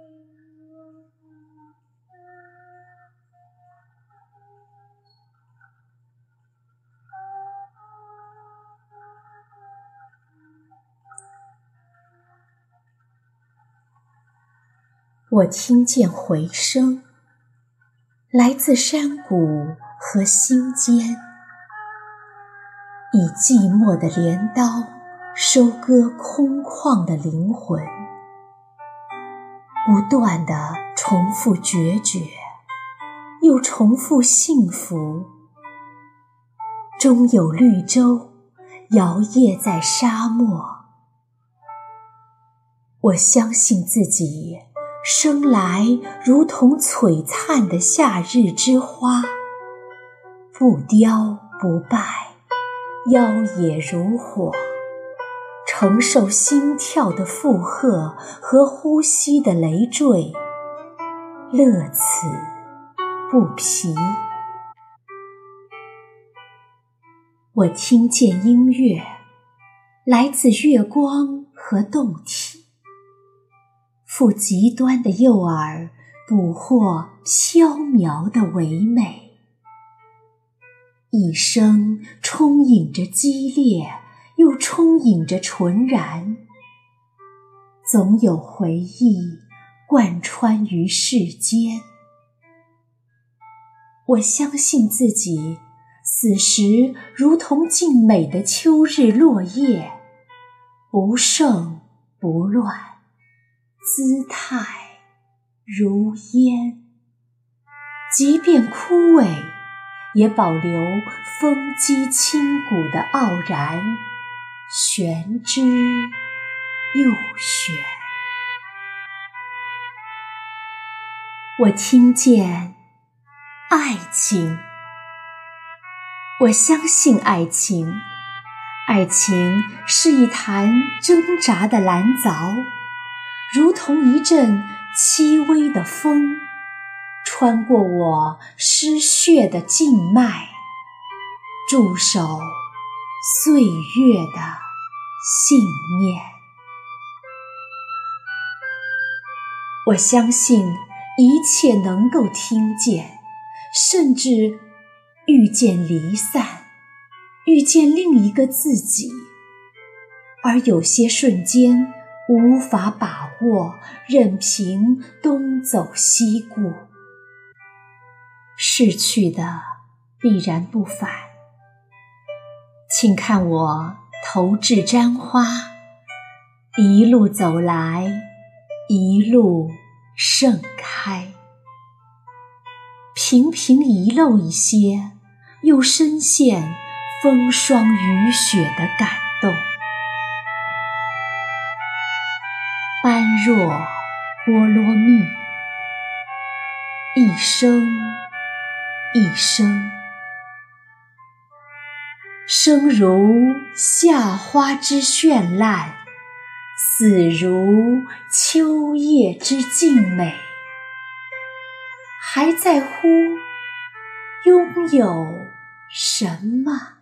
我听见回声，来自山谷和心间，以寂寞的镰刀收割空旷的灵魂，不断地重复决绝，又重复幸福。终有绿洲摇曳在沙漠。我相信自己生来如同璀璨的夏日之花，不凋不败，妖冶如火，承受心跳的负荷和呼吸的累赘，乐此不疲。我听见音乐，来自月光和动体，赴极端的诱饵，捕获飘渺的唯美。一生充盈着激烈，又充盈着纯然，总有回忆贯穿于世间。我相信自己此时如同静美的秋日落叶，不盛不乱，姿态如烟，即便枯萎，也保留风肌清骨的傲然，玄之又玄。我听见爱情，我相信爱情，爱情是一潭挣扎的蓝藻，如同一阵轻微的风，穿过我失血的静脉，驻守岁月的信念。我相信一切能够听见，甚至遇见离散，遇见另一个自己，而有些瞬间无法把握，任凭东走西顾。逝去的必然不返，请看我投掷簪花，一路走来，一路盛开，频频遗漏一些，又深陷风霜雨雪的感动。般若波罗蜜，一生一生，生如夏花之绚烂，死如秋叶之静美，还在乎拥有什么？